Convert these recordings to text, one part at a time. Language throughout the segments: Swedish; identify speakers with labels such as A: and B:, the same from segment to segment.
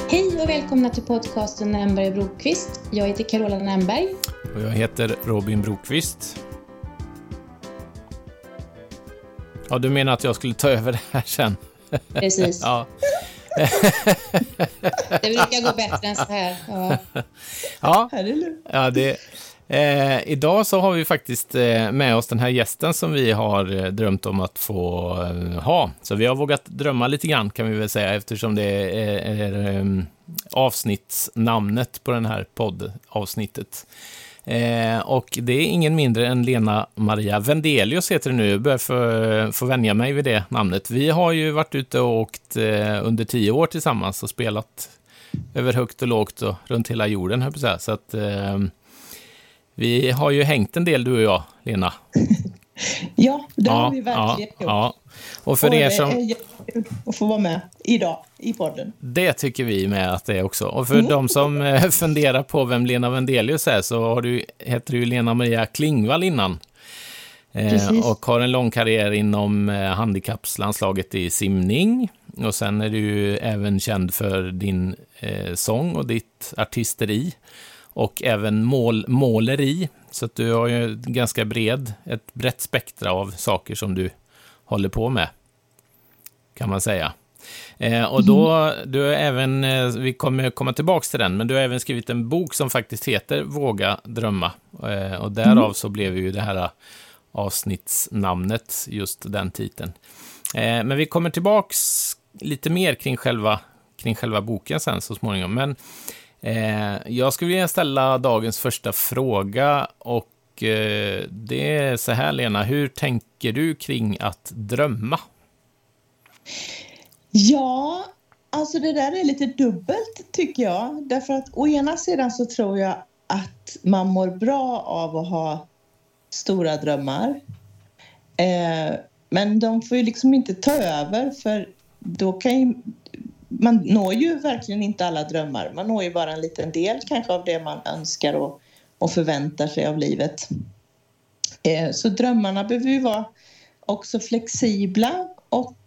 A: Hej och välkomna till podcasten Nämberg och Brokvist. Jag heter Carola Nämberg.
B: Och jag heter Robin Brokvist. Ja, du menar att jag skulle ta över det här sen?
A: Precis.
B: Ja.
A: Det brukar gå bättre än så här.
B: Ja, det... idag så har vi faktiskt med oss den här gästen som vi har drömt om att få ha. Så vi har vågat drömma lite grann kan vi väl säga, eftersom det är avsnittsnamnet på den här poddavsnittet. Och det är ingen mindre än Lena Maria Wendelius heter det nu. Jag börjar få vänja mig vid det namnet. Vi har ju varit ute och åkt under 10 år tillsammans och spelat över högt och lågt och runt hela jorden, höll jag på att säga. Så att vi har ju hängt en del, du och jag, Lena.
C: Ja, det har vi verkligen gjort.
B: Ja. Och för er som...
C: är jättekul att få vara med idag i podden.
B: Det tycker vi med att det är också. Och för de som funderar på vem Lena Wendelius är så heter du Lena Maria Klingvall innan. Och har en lång karriär inom handikappslandslaget i simning. Och sen är du även känd för din sång och ditt artisteri. Och även måleri. Så att du har ju ganska ett brett spektra av saker som du håller på med, kan man säga. Och då, du har även, vi kommer komma tillbaka till den, men du har även skrivit en bok som faktiskt heter Våga drömma. Och därav så blev ju det här avsnittsnamnet just den titeln. Men vi kommer tillbaks lite mer kring själva boken sen så småningom. Men jag skulle vilja ställa dagens första fråga och det är så här, Lena, hur tänker du kring att drömma?
C: Ja, alltså det där är lite dubbelt tycker jag. Därför att å ena sidan så tror jag att man mår bra av att ha stora drömmar. Men de får ju liksom inte ta över, för då kan ju... Man når ju verkligen inte alla drömmar. Man når ju bara en liten del kanske av det man önskar och förväntar sig av livet. Så drömmarna behöver ju vara också flexibla och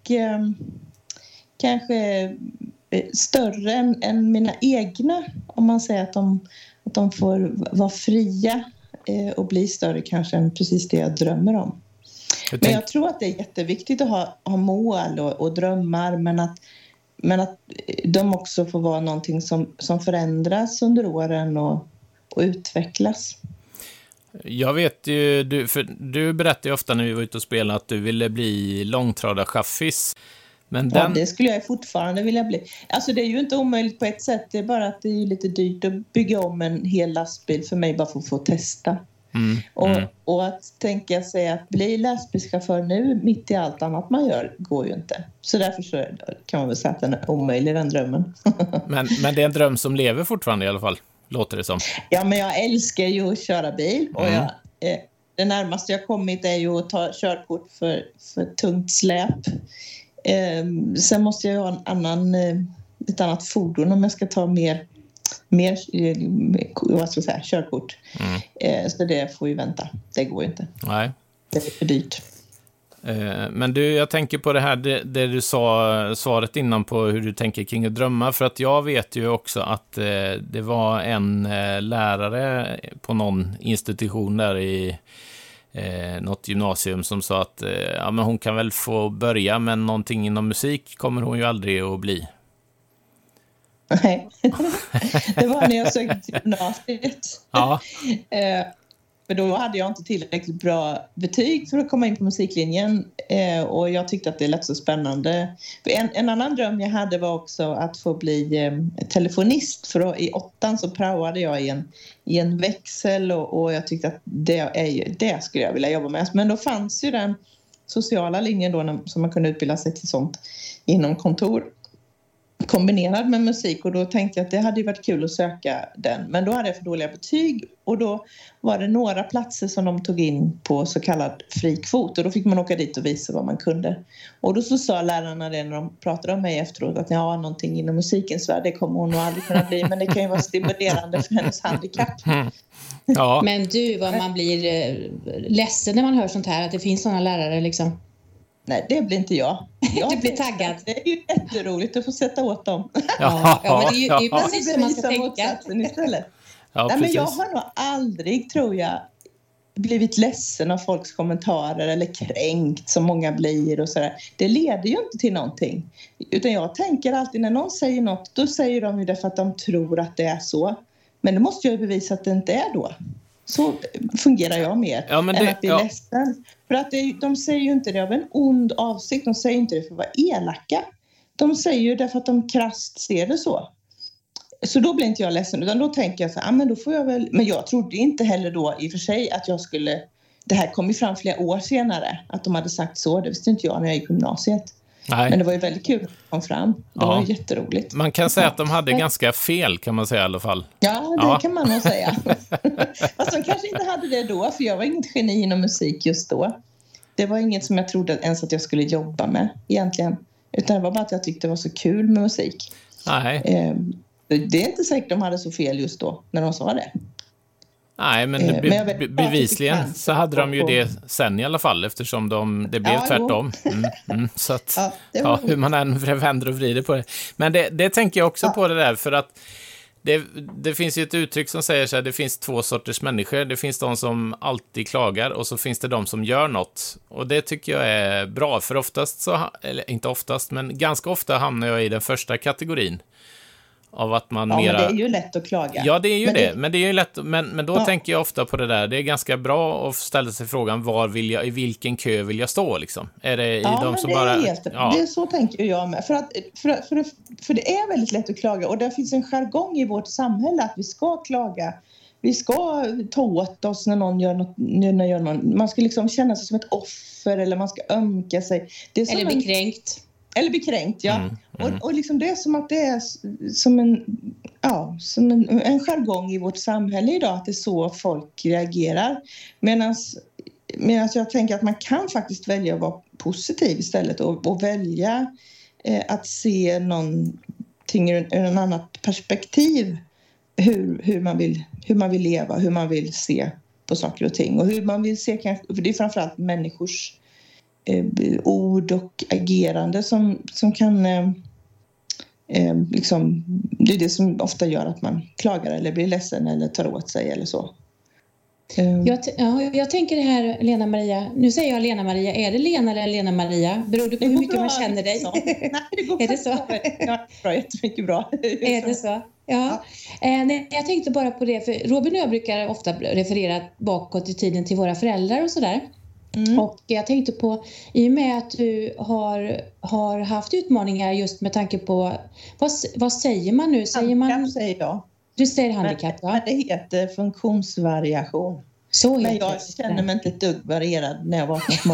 C: kanske större än mina egna. Om man säger att de får vara fria och bli större kanske än precis det jag drömmer om. Men jag tror att det är jätteviktigt att ha mål och drömmar, men att de också får vara någonting som förändras under åren och utvecklas.
B: Jag vet ju, du berättar ju ofta när vi var ute och spelade att du ville bli långtradarchaffis. Men
C: det skulle jag fortfarande vilja bli. Alltså det är ju inte omöjligt på ett sätt. Det är bara att det är lite dyrt att bygga om en hel lastbil för mig bara för att få testa. Och att tänka sig att bli lastbilschaufför nu mitt i allt annat man gör går ju inte. Så därför så kan man väl säga att den är omöjlig, den drömmen.
B: men det är en dröm som lever fortfarande i alla fall, låter det som.
C: Ja, men jag älskar ju att köra bil. Och det närmaste jag kommit är ju att ta körkort för tungt släp. Sen måste jag ha ett annat fordon om jag ska ta mer vad ska jag säga, körkort. Så det får ju vänta. Det går ju inte.
B: Nej.
C: Det är för dyrt.
B: Men du, jag tänker på det här det du sa, svaret innan på hur du tänker kring att drömma, för att jag vet ju också att det var en lärare på någon institution där i något gymnasium som sa att men hon kan väl få börja, men någonting inom musik kommer hon ju aldrig att bli.
C: Nej, det var när jag sökte till gymnasiet. Ja. För då hade jag inte tillräckligt bra betyg för att komma in på musiklinjen. Och jag tyckte att det lät så spännande. För en annan dröm jag hade var också att få bli telefonist. För i 8:an så praoade jag i en växel. Och jag tyckte att det skulle jag vilja jobba med. Men då fanns ju den sociala linjen då som man kunde utbilda sig till sånt inom kontor. Kombinerad med musik, och då tänkte jag att det hade ju varit kul att söka den, men då hade jag för dåliga betyg och då var det några platser som de tog in på så kallad fri kvot, och då fick man åka dit och visa vad man kunde. Och då så sa lärarna det när de pratade om mig efteråt att någonting inom musikens värld, det kommer hon nog aldrig kunna bli, men det kan ju vara stimulerande för hennes handikapp.
A: Ja. Men du, vad man blir ledsen när man hör sånt här, att det finns såna lärare liksom.
C: Nej, det blir inte jag.
A: Du blir taggad.
C: Det är ju jätteroligt att få sätta åt dem.
A: Ja, men det är ju precis som man ska tänka.
C: Istället.
B: Ja,
C: nej, men jag har nog aldrig, tror jag, blivit ledsen av folks kommentarer eller kränkt som många blir och sådär. Det leder ju inte till någonting. Utan jag tänker alltid när någon säger något, då säger de ju det för att de tror att det är så. Men då måste jag ju bevisa att det inte är då. Så fungerar jag mer än att bli ledsen. För att de säger ju inte det av en ond avsikt. De säger inte det för att vara elaka. De säger ju det för att de krasst ser det så. Så då blir inte jag ledsen. Utan då tänker jag så här, men då får jag väl... Men jag trodde inte heller då i och för sig att jag skulle... Det här kom ju fram flera år senare. Att de hade sagt så. Det visste inte jag när jag gick i gymnasiet. Nej. Men det var ju väldigt kul att de kom fram. Det var ju jätteroligt.
B: Man kan säga att de hade ganska fel, kan man säga i alla fall.
C: Ja, det kan man nog säga. Fast de kanske inte hade det då, för jag var inget geni inom musik just då. Det var inget som jag trodde ens att jag skulle jobba med egentligen. Utan det var bara att jag tyckte det var så kul med musik.
B: Nej.
C: Det är inte säkert de hade så fel just då, när de sa det.
B: Nej, men bevisligen så hade de ju det sen i alla fall, eftersom det blev tvärtom. Så att, hur man än vänder och vrider på det. Men det tänker jag också på det där, för att det finns ju ett uttryck som säger så här, det finns två sorters människor. Det finns de som alltid klagar och så finns det de som gör något. Och det tycker jag är bra, för oftast eller inte oftast, men ganska ofta hamnar jag i den första kategorin. Av att man mera...
C: men det är ju lätt att klaga.
B: Ja, det är ju men det är ju lätt. Men då tänker jag ofta på det där. Det är ganska bra att ställa sig frågan, i vilken kö vill jag stå liksom? Är det i de som bara...
C: Det är så tänker jag med. För det är väldigt lätt att klaga. Och det finns en jargong i vårt samhälle att vi ska klaga. Vi ska ta åt oss när någon gör något. Man ska liksom känna sig som ett offer, eller man ska ömka sig. Det är som
A: eller bli kränkt.
C: Eller bli kränkt, ja. Och liksom det är som att det är som en jargong i vårt samhälle idag, att det är så folk reagerar. Medan jag tänker att man kan faktiskt välja att vara positiv istället och välja att se någonting ur en annat perspektiv. Hur man vill leva, hur man vill se på saker och ting. Och hur man vill se, för det är framförallt människors ord och agerande som kan liksom, det är det som ofta gör att man klagar eller blir ledsen eller tar åt sig eller så.
A: Jag tänker det här, Lena Maria. Nu säger jag Lena Maria. Är det Lena eller Lena Maria? Beror det på hur mycket man känner dig?
C: Nej, det går är det så? Ja, jättemycket bra.
A: Är det så? Ja. Nej, jag tänkte bara på det, för Robin och jag brukar ofta referera bakåt i tiden till våra föräldrar och sådär. Och jag tänkte på, i och med att du har haft utmaningar just med tanke på, vad säger man nu?
C: Handikapp säger jag.
A: Du säger handikapp, ja.
C: Men det heter funktionsvariation.
A: Så
C: men jag känner mig inte ett dugg varierad när jag vaknar på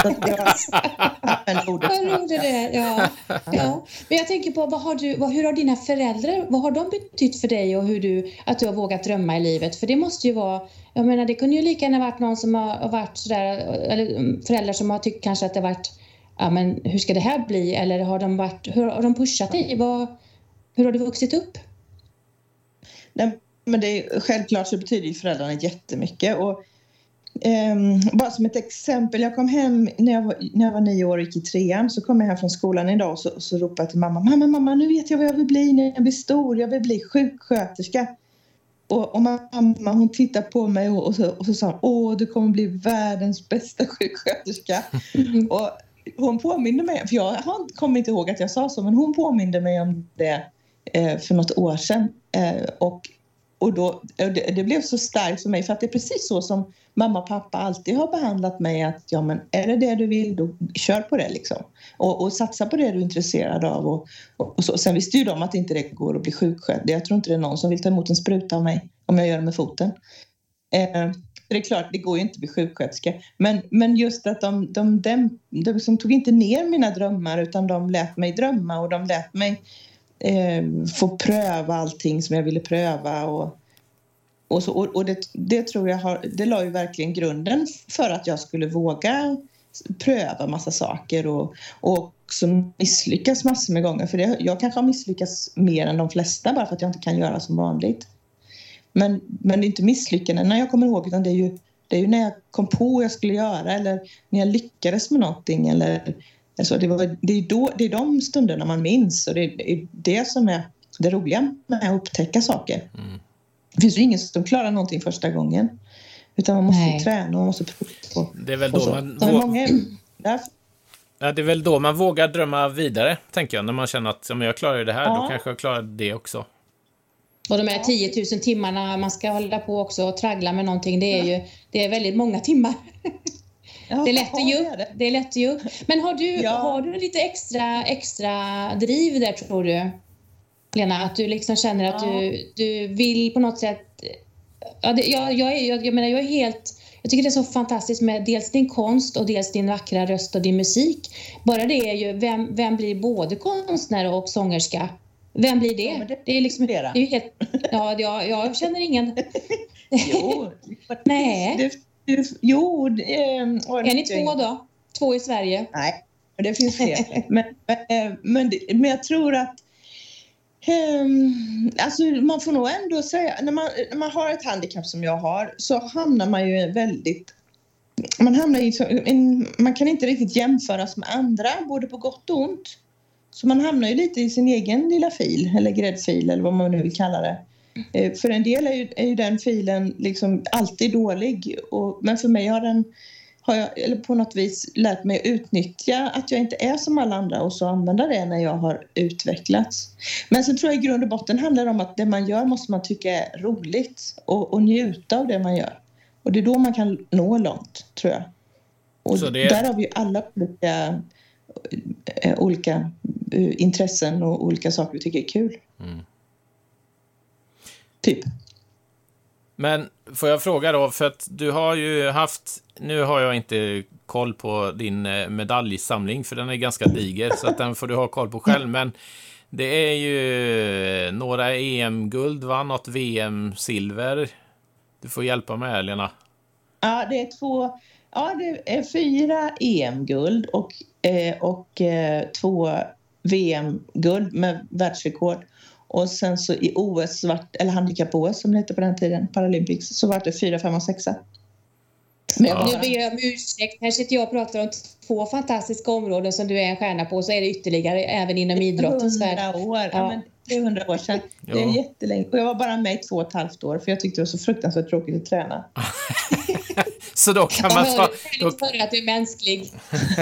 C: morgonen.
A: Ja. Men jag tänker på, hur har dina föräldrar, vad har de betytt för dig och att du har vågat drömma i livet? För det måste ju vara, jag menar, det kunde ju lika gärna varit någon som har varit sådär, eller föräldrar som har tyckt kanske att det varit, ja men hur ska det här bli? Eller hur har de pushat dig? Hur har du vuxit upp?
C: Nej, men det är, självklart så betyder ju föräldrarna jättemycket. Och bara som ett exempel, jag kom hem när jag var 9 år och gick i 3:an, så kom jag hem från skolan idag och så ropade jag till mamma, nu vet jag vad jag vill bli när jag blir stor, jag vill bli sjuksköterska. Och mamma, hon tittade på mig och så sa hon, du kommer bli världens bästa sjuksköterska. Och hon påminde mig, för jag kommer inte ihåg att jag sa så, men hon påminde mig om det för något år sedan. Och då, det blev så starkt för mig, för att det är precis så som mamma och pappa alltid har behandlat mig, att ja, men är det du vill, då kör på det liksom. Och satsa på det du är intresserad av. Och så. Sen visste ju de att inte det går att bli sjuksköterska. Jag tror inte det är någon som vill ta emot en spruta av mig om jag gör det med foten. Det är klart, det går ju inte att bli sjuksköterska. Men just att de liksom tog inte ner mina drömmar, utan de lät mig drömma, och de lät mig få pröva allting som jag ville pröva. Och det tror jag det la ju verkligen grunden för att jag skulle våga pröva massa saker och också misslyckas massor med gånger. För jag kanske har misslyckats mer än de flesta, bara för att jag inte kan göra som vanligt. Men det är inte misslyckanden när jag kommer ihåg, utan det är ju Det är ju när jag kom på vad jag skulle göra eller när jag lyckades med någonting. Eller, alltså det är de stunderna man minns. Och det är det som är det roliga med att upptäcka saker. Mm. Det finns ju ingen som klarar någonting första gången. Utan man måste träna och man måste prova.
B: Det är väl då det är väl då man vågar drömma vidare, tänker jag. När man känner att om jag klarar det här, då kanske jag klarar det också.
A: Och de här 10 000 timmarna man ska hålla på också och traggla med någonting, det är väldigt många timmar. Det är lätt att ge upp. Det är lätt att ge upp. Men har du lite extra driv där, tror du, Lena? Att du liksom känner att du vill på något sätt... Jag tycker det är så fantastiskt med dels din konst och dels din vackra röst och din musik. Bara det är ju, vem blir både konstnär och sångerska? Vem blir det? Ja, det är liksom, det är ju helt... jag känner ingen...
C: Jo.
A: Nej. Är ni 2 då? 2 i Sverige?
C: Nej, det finns fler. men jag tror att alltså man får nog ändå säga, när man har ett handikapp som jag har, så hamnar man ju man kan inte riktigt jämföras med andra, både på gott och ont. Så man hamnar ju lite i sin egen lilla fil, eller gräddfil, eller vad man nu vill kalla det. För en del är ju den filen liksom alltid dålig, men för mig har jag eller på något vis lärt mig utnyttja att jag inte är som alla andra och så använda det när jag har utvecklats. Men sen tror jag i grund och botten handlar det om att det man gör måste man tycka är roligt och njuta av det man gör. Och det är då man kan nå långt, tror jag. Och där har vi ju alla olika intressen och olika saker vi tycker är kul. Mm. Typ.
B: Men får jag fråga då, för att du har ju haft, nu har jag inte koll på din medaljsamling, för den är ganska diger, så att den får du ha koll på själv, men det är ju några EM-guld, va? Något VM-silver. Du får hjälpa mig, Lena.
C: Ja, det är 4 EM-guld och 2 VM-guld med världsrekord. Och sen så i OS, eller handikapp-OS som det hette på den tiden, Paralympics, så var det 4, 5 och 6.
A: Men nu ber jag om ursäkt. Här sitter jag och pratar om 2 fantastiska områden som du är en stjärna på, så är det ytterligare även inom idrottens värld.
C: 100 år, men det är 100 år sedan. Det är jättelänge. Och jag var bara med i 2,5 år, för jag tyckte det var så fruktansvärt tråkigt att träna.
B: Så då kan man ta...
A: för att du är mänsklig.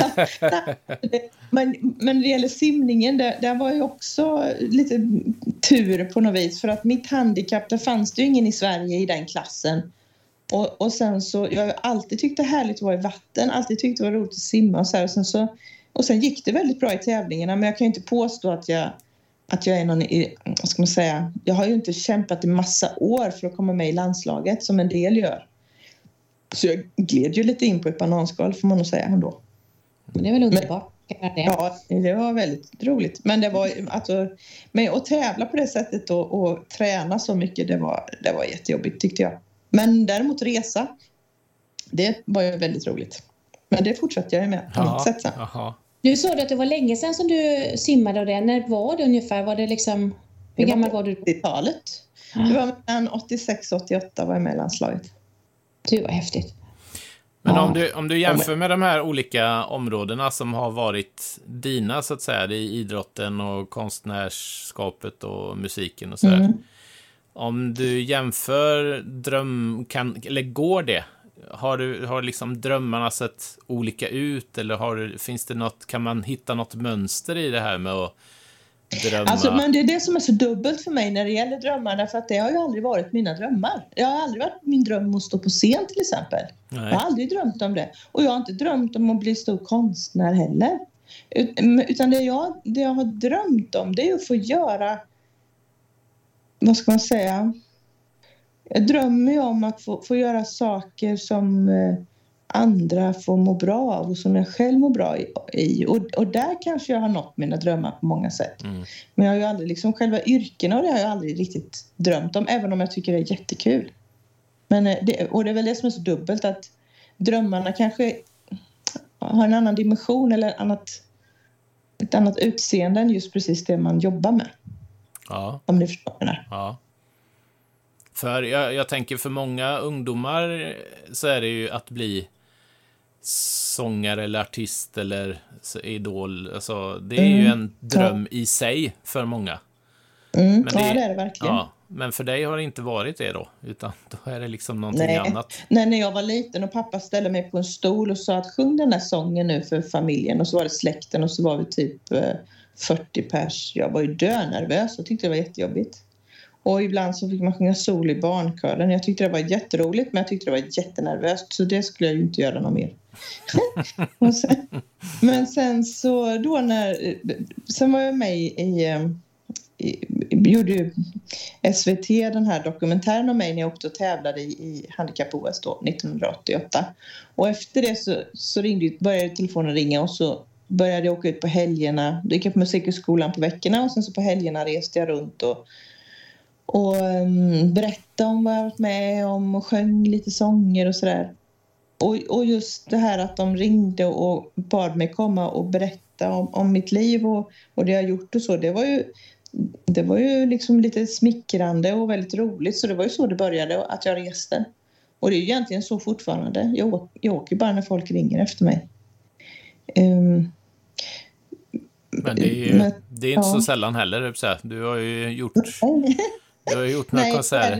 C: men när det gäller simningen, där var ju också lite tur på något vis. För att mitt handikapp, där fanns det ju ingen i Sverige i den klassen. Och sen så, jag har alltid tyckt det härligt att vara i vatten. Alltid tyckt det var roligt att simma och så här. Och sen gick det väldigt bra i tävlingarna. Men jag kan ju inte påstå att jag är någon, vad ska man säga. Jag har ju inte kämpat i massa år för att komma med i landslaget som en del gör. Så jag gled ju lite in på ett bananskal, får man nog säga ändå.
A: Men det är väl underbart.
C: Ja, det var väldigt roligt. Men det var alltså, men att tävla på det sättet och träna så mycket, det var jättejobbigt, tyckte jag. Men däremot resa, det var ju väldigt roligt. Men det fortsatte jag med på något sätt sen.
A: Du sa att det var länge sedan som du simmade, och det. När var det ungefär? Var det liksom, hur gammal var du?
C: 80-talet. Det var mellan 86 och 88 var jag med i landslaget.
A: Det var häftigt.
B: Men om du jämför med de här olika områdena som har varit dina, så att säga, i idrotten och konstnärskapet och musiken och så här. Om du jämför eller går det? Har liksom drömmarna sett olika ut, eller finns det något, kan man hitta något mönster i det här med att drömma?
C: Alltså, men det är det som är så dubbelt för mig när det gäller drömmarna, för att det har ju aldrig varit mina drömmar. Jag har aldrig varit min dröm att stå på scen till exempel. Nej. Jag har aldrig drömt om det. Och jag har inte drömt om att bli stor konstnär heller. Utan det jag har drömt om, det är att få göra, vad ska man säga? Jag drömmer ju om att få göra saker som andra får må bra av och som jag själv mår bra i. Och där kanske jag har nått mina drömmar på många sätt. Men jag har ju aldrig liksom själva yrkena, och det har jag aldrig riktigt drömt om, även om jag tycker det är jättekul. Men det är väl det som är så dubbelt, att drömmarna kanske har en annan dimension eller ett annat utseende än just precis det man jobbar med.
B: Ja.
C: Om ni förstår det.
B: Ja. För jag tänker för många ungdomar så är det ju att bli sångare eller artist eller idol. Alltså, det är ju en dröm i sig för många.
C: Men det är det verkligen.
B: Ja, men för dig har det inte varit det då, utan då är det liksom någonting annat.
C: Nej, när jag var liten och pappa ställde mig på en stol och sa att sjung den här sången nu för familjen, och så var det släkten och så var vi typ 40 pers. Jag var ju dönervös och tyckte det var jättejobbigt. Och ibland så fick man sjunga sol i barnkören. Jag tyckte det var jätteroligt, men jag tyckte det var jättenervöst, så det skulle jag ju inte göra något mer. Men sen så då sen var jag med gjorde ju SVT den här dokumentären om mig när jag åkte och tävlade i handikapp-OS då 1988. Och efter det så började telefonen ringa, och så började jag åka ut på helgerna. Då gick jag på musikhögskolan på veckorna, och sen så på helgerna reste jag runt och berättade om vad jag varit med om och sjöng lite sånger och sådär. Och just det här att de ringde och bad mig komma och berätta om mitt liv och det jag gjort och så, det var ju liksom lite smickrande och väldigt roligt. Så det var ju så det började, att jag reste. Och det är ju egentligen så fortfarande. Jag åker bara när folk ringer efter mig.
B: Men det är inte så sällan heller. Du har ju gjort några konserter.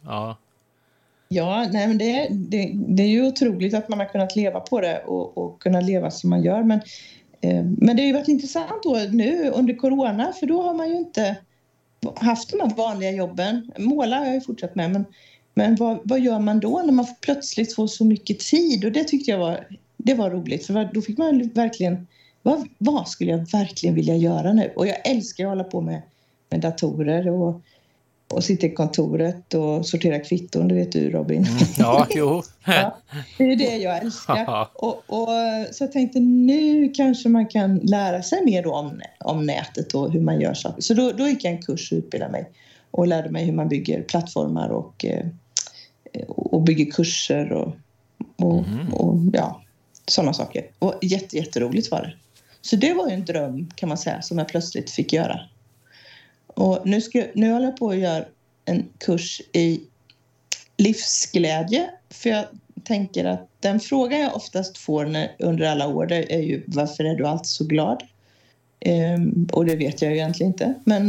C: Ja, nej, men det är ju otroligt att man har kunnat leva på det och kunna leva som man gör. Men det har ju varit intressant då nu under corona, för då har man ju inte haft de här vanliga jobben. Måla har jag ju fortsatt med, men vad gör man då när man plötsligt får så mycket tid? Och det tyckte jag var roligt, för då fick man verkligen, vad skulle jag verkligen vilja göra nu? Och jag älskar att hålla på med datorer och sitta i kontoret och sortera kvitton, det vet du, Robin.
B: Ja, jo.
C: Ja, det är det jag älskar. Och så jag tänkte, nu kanske man kan lära sig mer då om nätet och hur man gör saker. Så då gick jag en kurs och utbildade mig och lärde mig hur man bygger plattformar och bygger kurser och ja, sådana saker. Och jätteroligt var det. Så det var ju en dröm, kan man säga, som jag plötsligt fick göra. Och nu håller jag på att göra en kurs i livsglädje. För jag tänker att den frågan jag oftast får under alla år, det är ju, varför är du alltid så glad? Och det vet jag ju egentligen inte. Men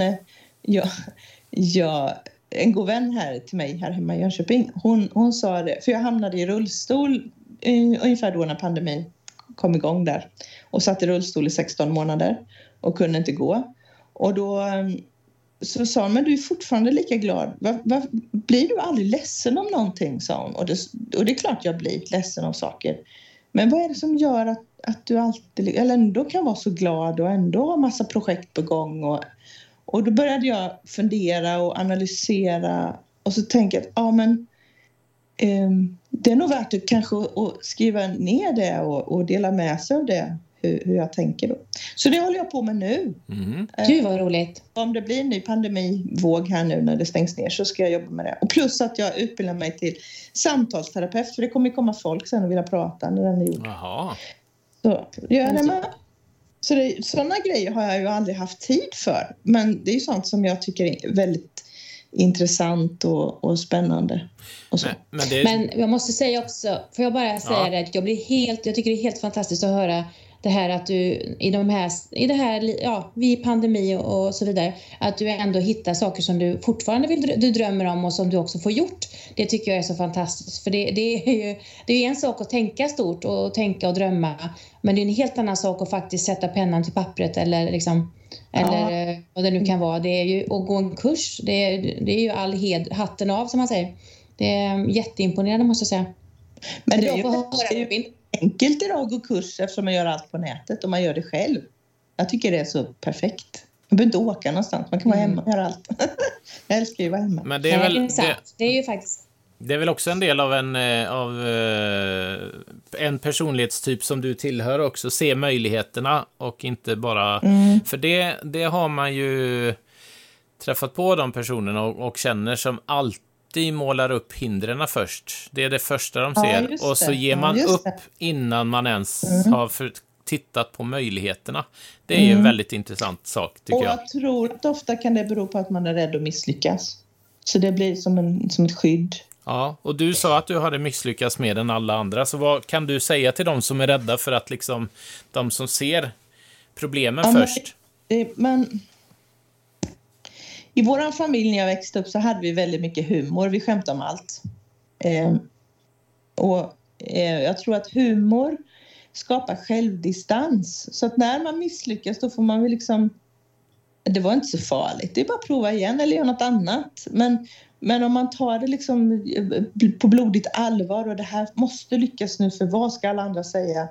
C: en god vän här till mig här hemma i Jönköping, hon sa det. För jag hamnade i rullstol ungefär då när pandemin kom igång där. Och satt i rullstol i 16 månader och kunde inte gå. Och då så sa hon, men du är fortfarande lika glad. Blir du aldrig ledsen om någonting, sa hon. Och det är klart jag blir ledsen om saker. Men vad är det som gör att du alltid, eller ändå kan vara så glad och ändå ha massa projekt på gång? Och då började jag fundera och analysera. Och så tänkte jag att det är nog värt att kanske att skriva ner det och dela med sig av det. Hur jag tänker då. Så det håller jag på med nu.
A: Gud vad roligt.
C: Om det blir en ny pandemivåg här nu när det stängs ner, så ska jag jobba med det. Och plus att jag utbildar mig till samtalsterapeut. För det kommer komma folk sen och vilja prata när den är gjord.
B: Jaha.
C: Så sådana grejer har jag ju aldrig haft tid för. Men det är ju sånt som jag tycker är väldigt intressant och spännande. Och så.
A: Men jag måste säga också, får jag bara säga det, att jag tycker det är helt fantastiskt att höra det här att du vid pandemi och så vidare, att du ändå hittar saker som du fortfarande du drömmer om och som du också får gjort. Det tycker jag är så fantastiskt, för det är ju en sak att tänka stort och tänka och drömma, men det är en helt annan sak att faktiskt sätta pennan till pappret eller vad det nu kan vara. Det är ju att gå en kurs, det är ju all hatten av, som man säger. Det är jätteimponerande, måste jag säga.
C: Men det är ju enkelt idag att gå kurs, eftersom man gör allt på nätet och man gör det själv. Jag tycker det är så perfekt. Man behöver inte åka någonstans, man kan vara hemma och göra allt. Jag älskar ju att vara hemma.
B: Men det är väl
A: det är ju faktiskt.
B: Det är väl också en del av en personlighetstyp som du tillhör också, se möjligheterna och inte bara... För det har man ju träffat på de personerna och känner som alltid målar upp hindren först. Det är det första de ser. Och så ger man upp innan man ens har tittat på möjligheterna. Det är ju en väldigt intressant sak, tycker jag.
C: Och jag tror att ofta kan det bero på att man är rädd att misslyckas. Så det blir som ett skydd.
B: Ja, och du sa att du hade misslyckats mer än alla andra. Så vad kan du säga till de som är rädda för att liksom, de som ser problemen först?
C: Men i vår familj när jag växte upp så hade vi väldigt mycket humor. Vi skämtade om allt. Jag tror att humor skapar självdistans. Så att när man misslyckas då får man väl liksom... Det var inte så farligt. Det är bara att prova igen eller göra något annat. Men om man tar det liksom på blodigt allvar och det här måste lyckas nu för vad ska alla andra säga?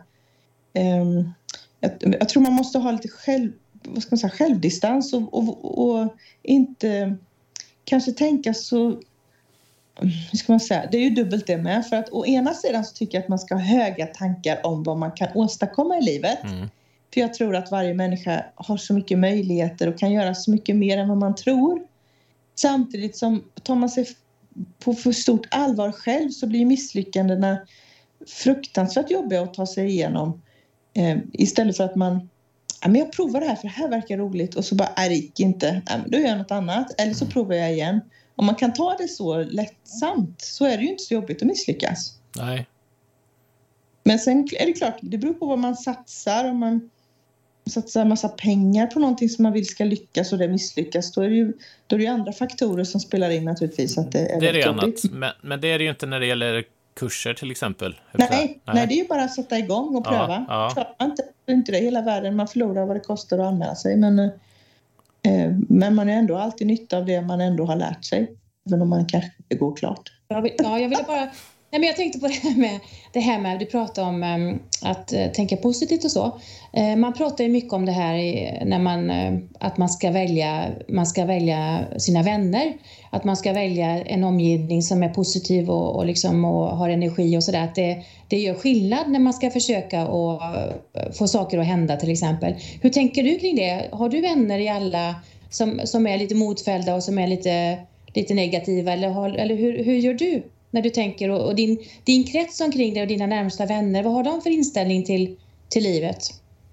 C: Jag tror man måste ha lite självdistans och inte kanske tänka så, hur ska man säga, det är ju dubbelt det med. För att å ena sidan så tycker jag att man ska ha höga tankar om vad man kan åstadkomma i livet. För jag tror att varje människa har så mycket möjligheter och kan göra så mycket mer än vad man tror. Samtidigt som tar man sig på för stort allvar själv så blir misslyckandena fruktansvärt jobbiga att ta sig igenom. Istället för att men jag provar det här för det här verkar roligt och så bara, det gick inte. Då gör jag något annat. Eller så provar jag igen. Om man kan ta det så lättsamt så är det ju inte så jobbigt att misslyckas.
B: Nej.
C: Men sen är det klart, det beror på vad man satsar. Om man satsar massa pengar på någonting som man vill ska lyckas och det misslyckas, då är det ju andra faktorer som spelar in naturligtvis. Att det är
B: det annat. Men det är det ju inte när det gäller kurser till exempel.
C: Nej, det är ju bara att sätta igång och pröva. Ja. Inte det hela världen, man förlorar vad det kostar att anmäla sig. Men man är ändå alltid nytta av det man ändå har lärt sig. Även om man kanske inte går klart.
A: Jag ville bara... Nej, men jag tänkte på det här med du pratar om att tänka positivt och så. Man pratar ju mycket om det här när att man ska välja sina vänner. Att man ska välja en omgivning som är positiv och har energi och sådär. Att det gör skillnad när man ska försöka och få saker att hända till exempel. Hur tänker du kring det? Har du vänner i alla som är lite motfällda och som är lite negativa? Eller hur gör du? När du tänker och din krets omkring dig och dina närmsta vänner, vad har de för inställning till livet?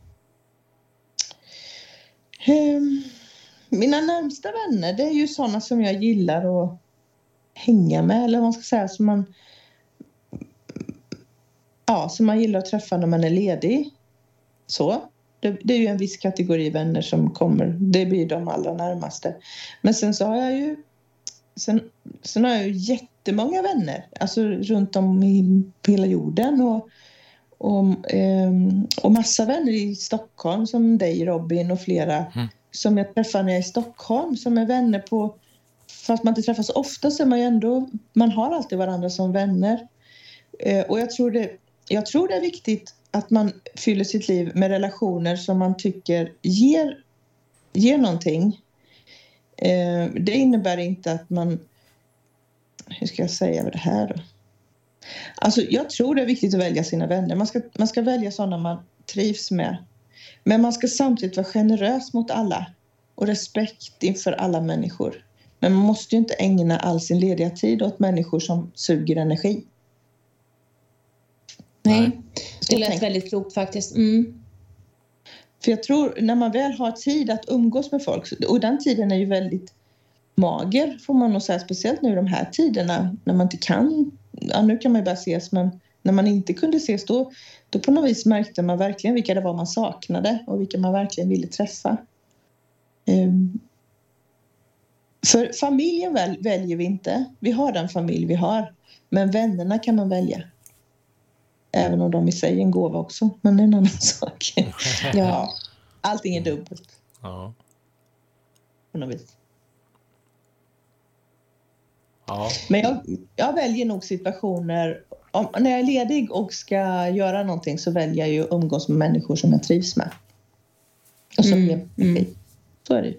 C: Mina närmsta vänner, det är ju sådana som jag gillar att hänga med, eller vad man ska säga, som man gillar att träffa när man är ledig. Så. Det är ju en viss kategori vänner som kommer, det blir de allra närmaste. Men sen så har jag ju Sen har jag ju jättemånga vänner, alltså runt om i hela jorden och massa vänner i Stockholm som dig, Robin, och flera som jag träffar när jag är i Stockholm som är vänner på, fast man inte träffas så ofta så är man ju ändå, man har alltid varandra som vänner. Och jag tror det är viktigt att man fyller sitt liv med relationer som man tycker ger någonting. Det innebär inte att man, hur ska jag säga det här då? Alltså jag tror det är viktigt att välja sina vänner. Man ska välja sådana man trivs med. Men man ska samtidigt vara generös mot alla. Och respekt inför alla människor. Men man måste ju inte ägna all sin lediga tid åt människor som suger energi.
A: Nej, det lät väldigt klokt faktiskt.
C: För jag tror när man väl har tid att umgås med folk, och den tiden är ju väldigt mager får man nog säga, speciellt nu i de här tiderna när man inte kan, nu kan man ju bara ses, men när man inte kunde ses då på något vis märkte man verkligen vilka det var man saknade och vilka man verkligen ville träffa. För familjen väljer vi inte, vi har den familj vi har, men vännerna kan man välja. Även om de i sig är en gåva också. Men det är en annan sak. Ja, allting är dubbelt.
B: Ja.
C: På något vis.
B: Ja.
C: Men jag väljer nog situationer. När jag är ledig och ska göra någonting så väljer jag ju att umgås med människor som jag trivs med. Och som Så är det.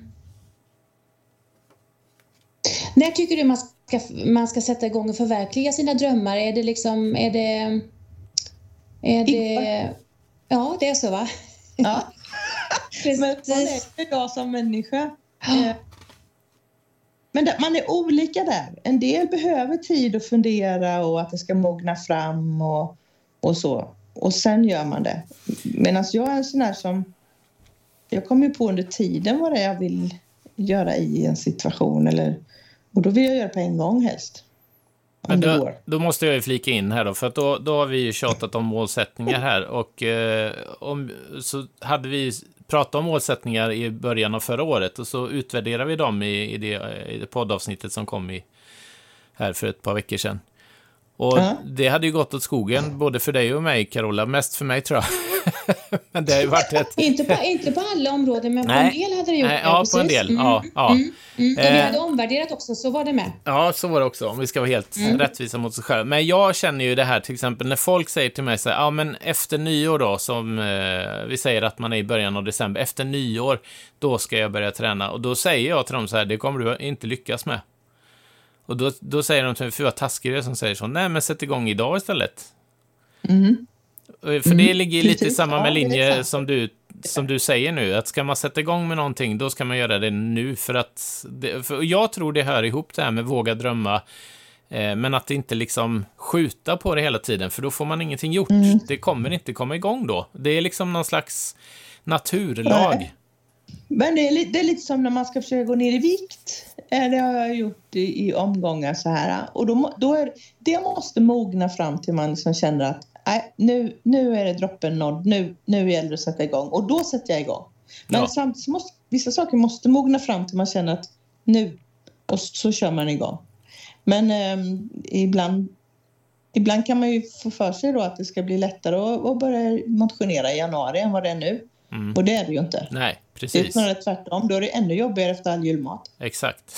A: När tycker du man ska sätta igång och förverkliga sina drömmar? Är det ja, det är så, va?
C: Ja. Men man är jag som människa. Men man är olika där. En del behöver tid att fundera och att det ska mogna fram och så. Och sen gör man det. Medan jag är en sån här som... Jag kommer ju på under tiden vad det är jag vill göra i en situation eller Och då vill jag göra på en gång helst.
B: Men då måste jag ju flika in här då, för att då har vi ju tjatat om målsättningar här. Och så hade vi pratat om målsättningar i början av förra året och så utvärderade vi dem i det poddavsnittet som kom här för ett par veckor sedan. Och det hade ju gått åt skogen, både för dig och mig, Carola. Mest för mig, tror jag. Men det har ju varit
A: inte på alla områden, men på en del hade det gjort det.
B: Ja, på en del. Och
A: vi hade omvärderat också, så var det med.
B: Ja, så var det också, om vi ska vara helt rättvisa mot sig själva. Men jag känner ju det här, till exempel, när folk säger till mig så här, men efter nyår då, som vi säger att man är i början av december, efter nyår, då ska jag börja träna. Och då säger jag till dem så här, det kommer du inte lyckas med. Och då säger de till mig, för vad taskig det som säger så, nej men sätt igång idag istället. För det ligger lite samma med linje som du säger nu, att ska man sätta igång med någonting, då ska man göra det nu, för jag tror det hör ihop det här med våga drömma, men att inte liksom skjuta på det hela tiden, för då får man ingenting gjort. Det kommer inte komma igång då. Det är liksom någon slags naturlag.
C: Men det är lite som när man ska försöka gå ner i vikt. Det har jag gjort i omgångar så här. Och då är det måste mogna fram till man liksom känner att nu är det droppen nådd. Nu gäller det att sätta igång. Och då sätter jag igång. Men samtidigt måste vissa saker måste mogna fram till man känner att nu. Och så kör man igång. Men ibland kan man ju få för sig då att det ska bli lättare att börja motionera i januari än vad det är nu. Och det är det ju inte.
B: Nej, precis.
C: Det är snarare tvärtom. Då är det ännu jobbigare efter all julmat.
B: Exakt.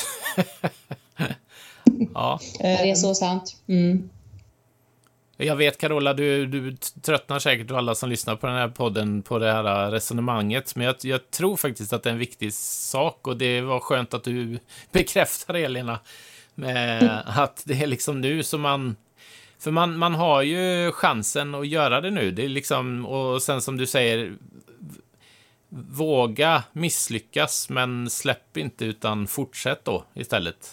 B: Ja.
A: Det är så sant.
B: Jag vet, Carola, du tröttnar säkert, och alla som lyssnar på den här podden, på det här resonemanget. Men jag tror faktiskt att det är en viktig sak, och det var skönt att du bekräftar det, Lena. Med att det är liksom nu som man har ju chansen att göra det nu. Det är liksom, och sen som du säger, våga misslyckas, men släpp inte, utan fortsätt då istället.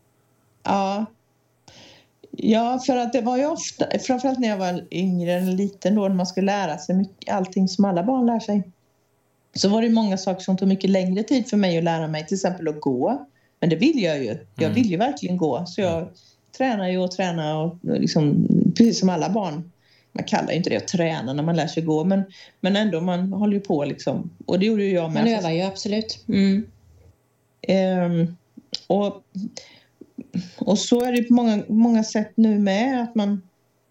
C: Ja, för att det var ju ofta, framförallt när jag var yngre än liten då, när man skulle lära sig mycket, allting som alla barn lär sig. Så var det många saker som tog mycket längre tid för mig att lära mig, till exempel att gå. Men det vill jag ju. Jag vill ju verkligen gå. Så jag tränar och liksom, precis som alla barn. Man kallar ju inte det att träna när man lär sig gå. Men ändå, man håller ju på liksom. Och det gjorde ju jag med.
A: Man övar ju, absolut.
C: Och så är det på många sätt nu med. Att man...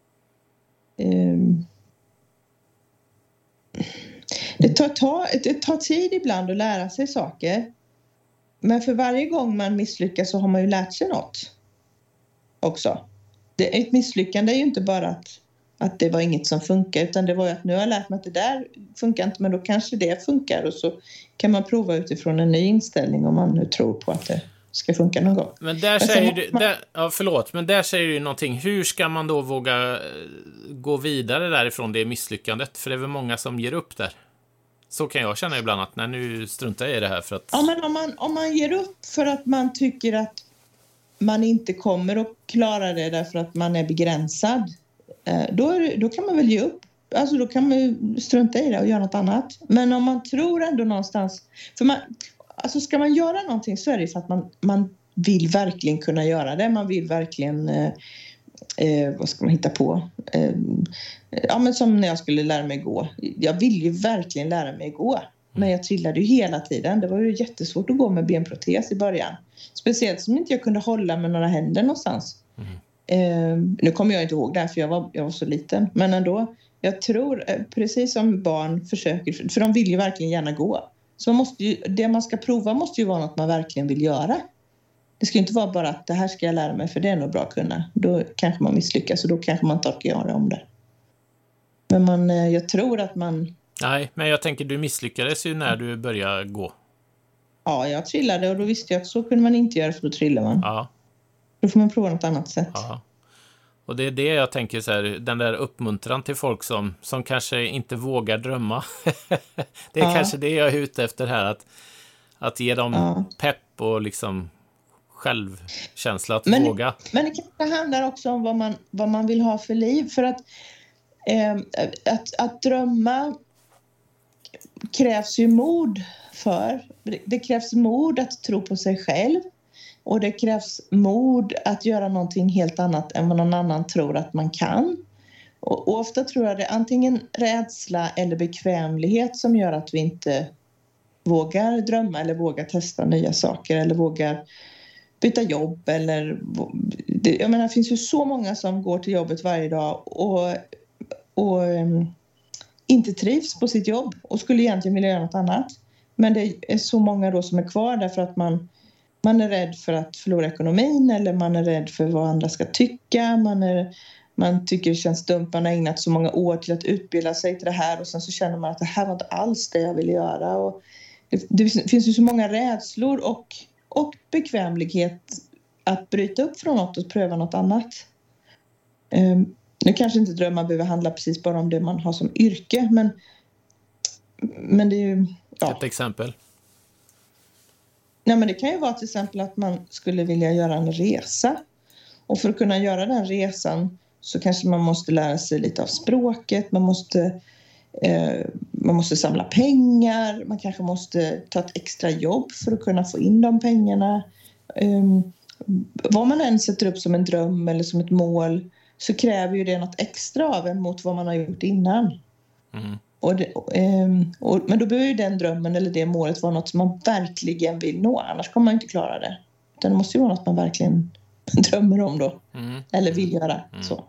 C: Det tar tid ibland att lära sig saker. Men för varje gång man misslyckas så har man ju lärt sig något också. Ett misslyckande är ju inte bara att det var inget som funkar, utan det var ju att nu har jag lärt mig att det där funkar inte, men då kanske det funkar, och så kan man prova utifrån en ny inställning om man nu tror på att det ska funka någon gång.
B: Men där säger du, men där säger du någonting. Hur ska man då våga gå vidare därifrån det misslyckandet? För det är väl många som ger upp där. Så kan jag känna ibland, att nu struntar jag i det här för att...
C: Ja, men om man ger upp för att man tycker att man inte kommer att klara det därför att man är begränsad, då kan man väl ge upp. Alltså då kan man ju strunta i det och göra något annat. Men om man tror ändå någonstans... Alltså ska man göra någonting så är det för att man vill verkligen kunna göra det. Man vill verkligen... vad ska man hitta på? Ja, men som när jag skulle lära mig gå. Jag vill ju verkligen lära mig gå. Men jag trillade ju hela tiden. Det var ju jättesvårt att gå med benprotes i början. Speciellt som inte jag kunde hålla med några händer någonstans. Nu kommer jag inte ihåg det, för jag var så liten. Men ändå, jag tror, precis som barn försöker, för de vill ju verkligen gärna gå. Så det man ska prova måste ju vara något man verkligen vill göra. Det ska inte vara bara att det här ska jag lära mig, för det är nog bra att kunna. Då kanske man misslyckas och då kanske man inte orkar göra om det. Men jag tror att man...
B: Nej, men jag tänker, du misslyckades ju när du började gå.
C: Ja, jag trillade och då visste jag att så kunde man inte göra, för då trillar man.
B: Ja.
C: Då får man prova något annat sätt.
B: Ja. Och det är det jag tänker så här, den där uppmuntran till folk som kanske inte vågar drömma. Det är kanske det jag är ute efter här, att ge dem pepp och liksom självkänsla att våga. Men
C: det kanske handlar också om vad man vill ha för liv, för att drömma krävs ju mod för. Det krävs mod att tro på sig själv. Och det krävs mod att göra någonting helt annat än vad någon annan tror att man kan. Och ofta tror jag det är antingen rädsla eller bekvämlighet som gör att vi inte vågar drömma eller vågar testa nya saker eller vågar byta jobb. Jag menar, det finns ju så många som går till jobbet varje dag och inte trivs på sitt jobb och skulle egentligen vilja göra något annat. Men det är så många då som är kvar därför att man är rädd för att förlora ekonomin eller man är rädd för vad andra ska tycka. Man tycker det känns dumt, man har ägnat så många år till att utbilda sig till det här och sen så känner man att det här var inte alls det jag ville göra. Och det finns ju så många rädslor och bekvämlighet att bryta upp från något och pröva något annat. Nu kanske inte drömmar behöver handla precis bara om det man har som yrke, men det är ju... Ja.
B: Ett exempel?
C: Nej, men det kan ju vara till exempel att man skulle vilja göra en resa. Och för att kunna göra den resan så kanske man måste lära sig lite av språket. Man måste samla pengar. Man kanske måste ta ett extra jobb för att kunna få in de pengarna. Vad man än sätter upp som en dröm eller som ett mål så kräver ju det något extra av en mot vad man har gjort innan. Mm. Men då behöver ju den drömmen eller det målet vara något som man verkligen vill nå. Annars kommer man inte klara det. Utan det måste ju vara något man verkligen drömmer om då. Eller vill göra så.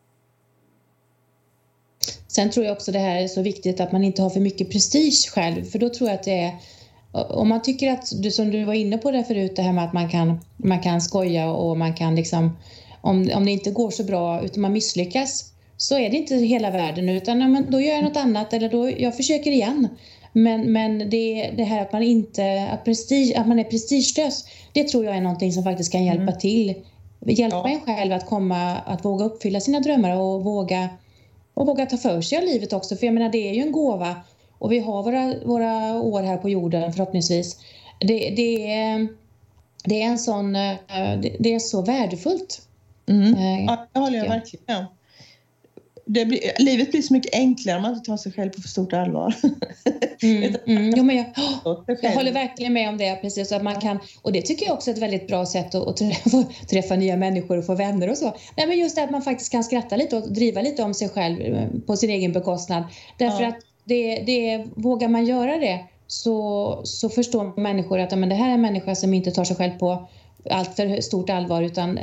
A: Sen tror jag också det här är så viktigt att man inte har för mycket prestige själv. För då tror jag att det är... Om man tycker att, som du var inne på där förut, det här med att man kan skoja och man kan liksom... Om det inte går så bra utan man misslyckas, så är det inte hela världen, utan men då gör jag något annat eller då jag försöker igen. Men det här att man inte att man är prestigelös, det tror jag är någonting som faktiskt kan hjälpa till. Hjälpa en själv att våga uppfylla sina drömmar och våga ta för sig av livet också. För jag menar, det är ju en gåva och vi har våra år här på jorden förhoppningsvis. Det är en sån det är så värdefullt.
C: Ja, det håller jag verkligen med om. Livet blir så mycket enklare om man inte tar sig själv på för stort allvar.
A: Jo, men jag håller verkligen med om det, precis, så att man kan, och det tycker jag också är ett väldigt bra sätt att träffa nya människor och få vänner och så. Nej, men just det att man faktiskt kan skratta lite och driva lite om sig själv på sin egen bekostnad. Därför att vågar man göra det så förstår människor att men det här är en människa som inte tar sig själv på allt för stort allvar, utan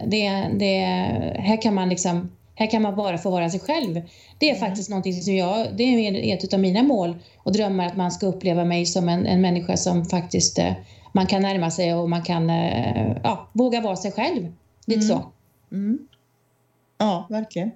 A: här kan man bara få vara sig själv. Det är faktiskt någonting som det är ett av mina mål och drömmar, att man ska uppleva mig som en människa som faktiskt man kan närma sig och man kan våga vara sig själv. Lite så.
C: Ja, verkligen.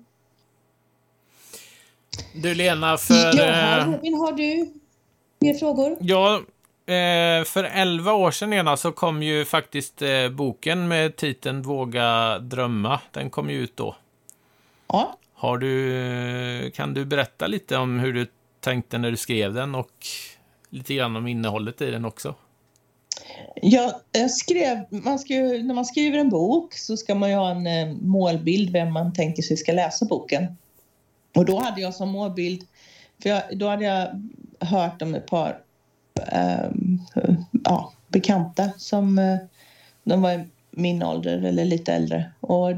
B: Du Lena,
A: Robin, har du mer frågor?
B: Ja, för 11 år sedan Lena, så kom ju faktiskt boken med titeln Våga drömma. Den kom ju ut då.
C: Ja.
B: Kan du berätta lite om hur du tänkte när du skrev den och lite grann om innehållet i den också?
C: Ja, när man skriver en bok så ska man ju ha en målbild vem man tänker sig ska läsa boken. Och då hade jag som målbild, då hade jag hört om ett par bekanta som de var i min ålder eller lite äldre, och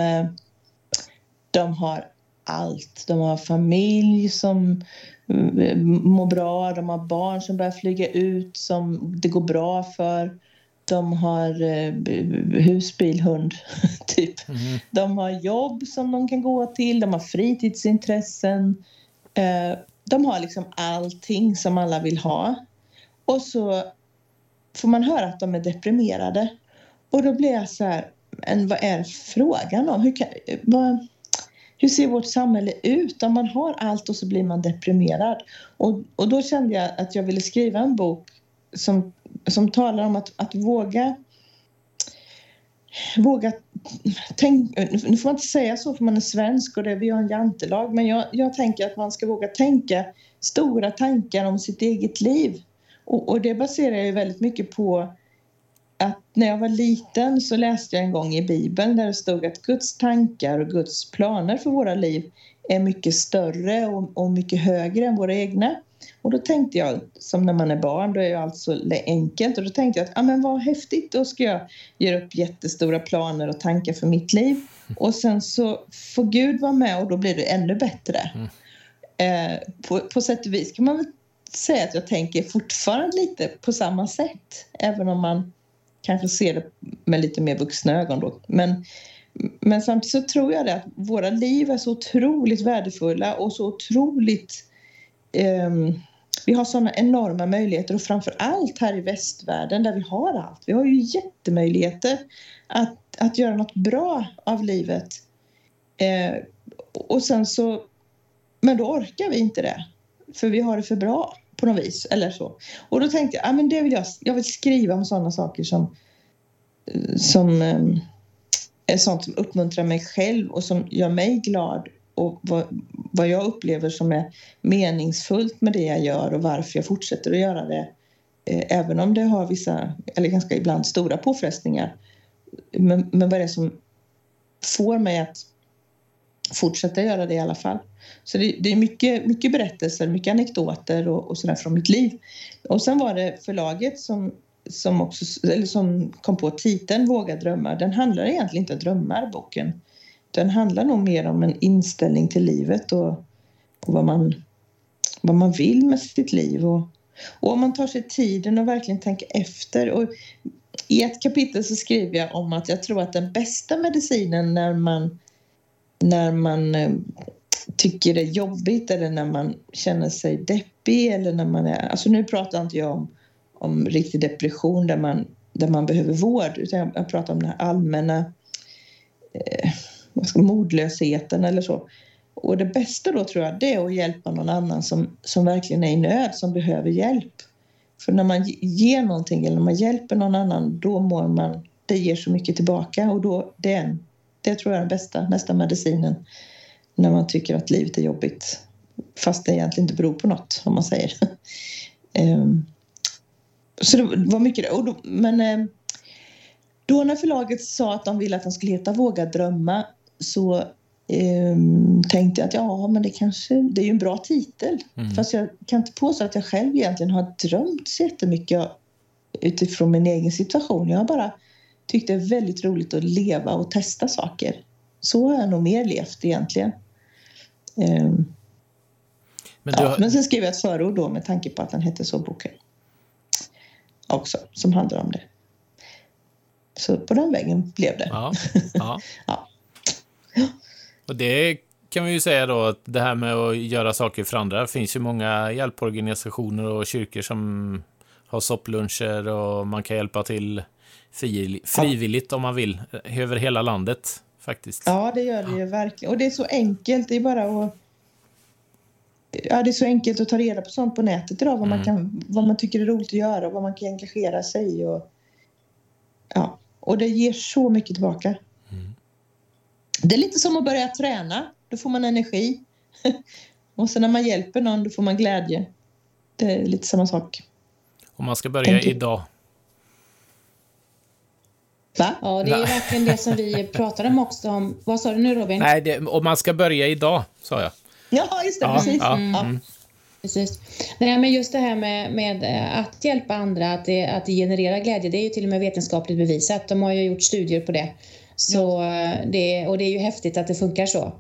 C: de har allt. De har familj som mår bra, de har barn som börjar flyga ut som det går bra för. De har hus, bil, hund typ. De har jobb som de kan gå till, de har fritidsintressen. De har liksom allting som alla vill ha. Och så får man höra att de är deprimerade. Och då blir jag så här, vad är frågan om? Hur ser vårt samhälle ut om man har allt och så blir man deprimerad? Och då kände jag att jag ville skriva en bok som talar om att våga tänka. Nu får man inte säga så för man är svensk och vi har en jantelag, men jag tänker att man ska våga tänka stora tankar om sitt eget liv. Och det baserar jag väldigt mycket på att när jag var liten så läste jag en gång i Bibeln där det stod att Guds tankar och Guds planer för våra liv är mycket större och mycket högre än våra egna. Och då tänkte jag, som när man är barn, då är ju allt så enkelt. Och då tänkte jag att, men vad häftigt, då ska jag göra upp jättestora planer och tankar för mitt liv. Och sen så får Gud vara med och då blir det ännu bättre. På sätt och vis kan man väl säga att jag tänker fortfarande lite på samma sätt. Även om man kanske ser det med lite mer vuxna ögon då. Men samtidigt så tror jag att våra liv är så otroligt värdefulla och så otroligt... vi har sådana enorma möjligheter och framför allt här i västvärlden där vi har allt. Vi har ju jättemöjligheter att göra något bra av livet. Och sen så... Men då orkar vi inte det. För vi har det för bra på något vis. Eller så. Och då tänkte jag, men det vill jag vill skriva om sådana saker som är sånt som uppmuntrar mig själv och som gör mig glad. Och vad jag upplever som är meningsfullt med det jag gör och varför jag fortsätter att göra det. Även om det har vissa, eller ganska ibland stora påfrestningar. Men vad är det som får mig att fortsätta göra det i alla fall. Så det är mycket berättelser, mycket anekdoter och sådär från mitt liv. Och sen var det förlaget som kom på titeln Våga drömma. Den handlar egentligen inte om drömmar, boken. Den handlar nog mer om en inställning till livet och vad man vill med sitt liv. Och om man tar sig tiden och verkligen tänker efter. Och i ett kapitel så skriver jag om att jag tror att den bästa medicinen när man tycker det är jobbigt eller när man känner sig deppig eller när man är... Alltså nu pratar inte jag om riktig depression där man behöver vård, utan jag pratar om den här allmänna modlösheten eller så. Och det bästa då tror jag det är att hjälpa någon annan som verkligen är i nöd, som behöver hjälp. För när man ger någonting eller när man hjälper någon annan, då mår man, det ger så mycket tillbaka och då det tror jag är den bästa, nästa medicinen när man tycker att livet är jobbigt. Fast det egentligen inte beror på något, om man säger. Så det var mycket det. Men då när förlaget sa att de ville att den skulle heta Våga drömma så tänkte jag att men det är ju en bra titel. Fast jag kan inte påstå att jag själv egentligen har drömt så jättemycket utifrån min egen situation. Jag har bara tyckt det är väldigt roligt att leva och testa saker. Så har jag nog mer levt egentligen. Men sen skrev jag ett förord då med tanke på att den heter så, boken. Också, som handlar om det. Så på den vägen blev det.
B: Ja.
C: Ja.
B: Och det kan vi ju säga då, att det här med att göra saker för andra, det finns ju många hjälporganisationer och kyrkor som har soppluncher och man kan hjälpa till frivilligt om man vill, över hela landet faktiskt. Ja, det gör det ju verkligen. Och det är så enkelt, det är bara att det är så enkelt att ta reda på sånt på nätet idag, vad man tycker är roligt att göra och vad man kan engagera sig i och det ger så mycket tillbaka. Det är lite som att börja träna, då får man energi. Och sen när man hjälper någon, då får man glädje. Det är lite samma sak. Och man ska börja idag.
C: Va?
A: Ja, det är verkligen det som vi pratade om också. Vad sa du nu, Robin?
B: Nej, om man ska börja idag, sa jag.
C: Ja, just det, precis.
B: Ja.
A: Precis. Nej, men just det här med att hjälpa andra, att det genererar glädje, det är ju till och med vetenskapligt bevisat. De har ju gjort studier på det. Så det är ju häftigt att det funkar så.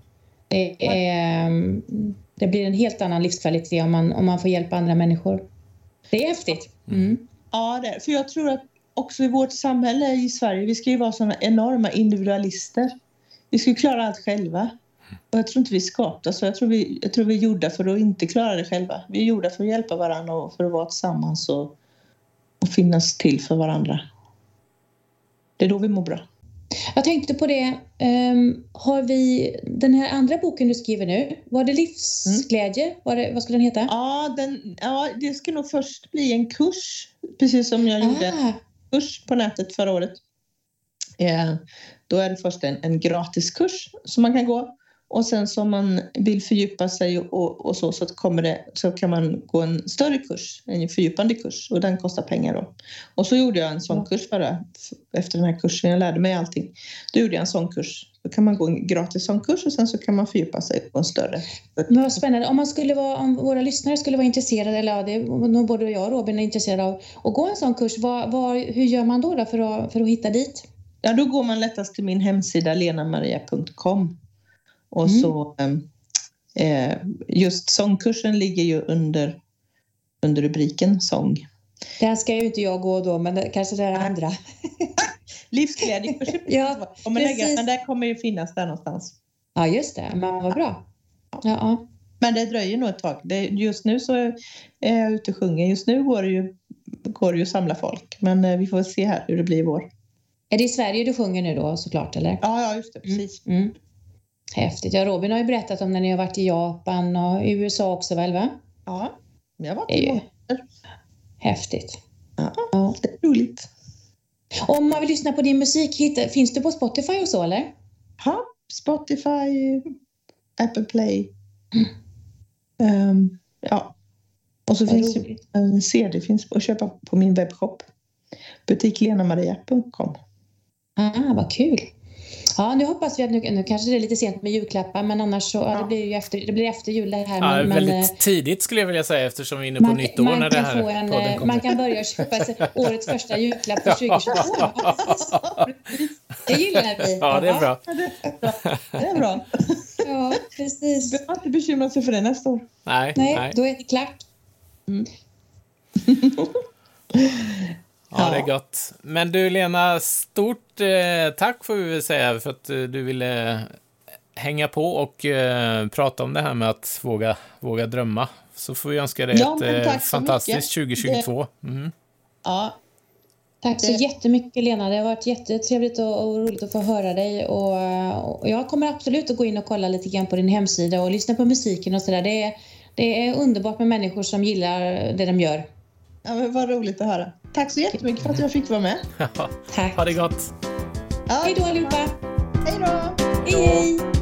A: Det blir en helt annan livskvalitet om man får hjälpa andra människor. Det är häftigt.
C: Ja, det är. För jag tror att också i vårt samhälle i Sverige, vi ska ju vara sådana enorma individualister. Vi ska ju klara allt själva. Och jag tror inte vi skapar så. Jag tror vi är gjorda för att inte klara det själva. Vi är gjorda för att hjälpa varandra och för att vara tillsammans och finnas till för varandra. Det är då vi mår bra.
A: Jag tänkte på det. Har vi den här andra boken du skriver nu? Var det livsglädje? Vad skulle den heta?
C: Ja, det ska nog först bli en kurs. Precis som jag gjorde en kurs på nätet förra året. Då är det först en gratiskurs som man kan gå. Och sen så om man vill fördjupa sig och så så kan man gå en större kurs, en fördjupande kurs. Och den kostar pengar då. Och så gjorde jag en sån kurs efter den här kursen. Jag lärde mig allting. Då gjorde jag en sån kurs. Då kan man gå en gratis sån kurs och sen så kan man fördjupa sig på en större.
A: Men vad spännande. Om våra lyssnare skulle vara intresserade, eller det är nog både jag och Robin är intresserade av att gå en sån kurs. Hur gör man då för att hitta dit?
C: Ja, då går man lättast till min hemsida lenamaria.com. Och så just sångkursen ligger ju under rubriken sång.
A: Där ska ju inte jag gå då, men kanske det är andra.
C: Livsglädjekursen.
A: Ja,
C: men där kommer ju finnas där någonstans.
A: Ja, just det. Men vad bra. Ja.
C: Men det dröjer nog ett tag. Just nu så är jag ute och sjunger. Just nu går det ju att samla folk. Men vi får se här hur det blir i vår.
A: Är det i Sverige du sjunger nu då såklart, eller?
C: Ja, just det. Precis.
A: Häftigt. Ja, Robin har ju berättat om när ni har varit i Japan och i USA också, väl va?
C: Ja, jag har varit i månader.
A: Häftigt.
C: Ja, det är roligt.
A: Om man vill lyssna på din musik, finns du på Spotify och så, eller?
C: Ja, Spotify, Apple Play. Ja. Och så finns det en CD finns att köpa på min webbshop. butiklenamaria.com.
A: Vad kul. Ja, nu hoppas vi att nu kanske det är lite sent med julklappar, men annars så det blir ju efter jul det här.
B: Ja, väldigt tidigt skulle jag vilja säga, eftersom vi är inne på nytt år när det här podden kommer.
A: Man kan börja köpa årets första julklapp för 2022. Det gillar vi.
B: Ja, det är bra.
C: Det är bra.
A: Ja, precis.
C: Du behöver inte bekymra sig för det nästa år.
B: Nej,
A: då är det klart.
B: Ja, det är gott. Men du Lena, stort tack får vi väl säga för att du ville hänga på och prata om det här med att våga drömma. Så får vi önska dig ett fantastiskt 2022.
C: Ja.
A: Tack så jättemycket Lena, det har varit jättetrevligt och roligt att få höra dig och jag kommer absolut att gå in och kolla lite grann på din hemsida och lyssna på musiken och sådär. Det är underbart med människor som gillar det de gör.
C: Ja, men vad roligt att höra. Tack så jättemycket för att jag fick vara med.
B: Tack. Ha det gott.
A: Hej då allihopa.
C: Hej då.
A: Hej.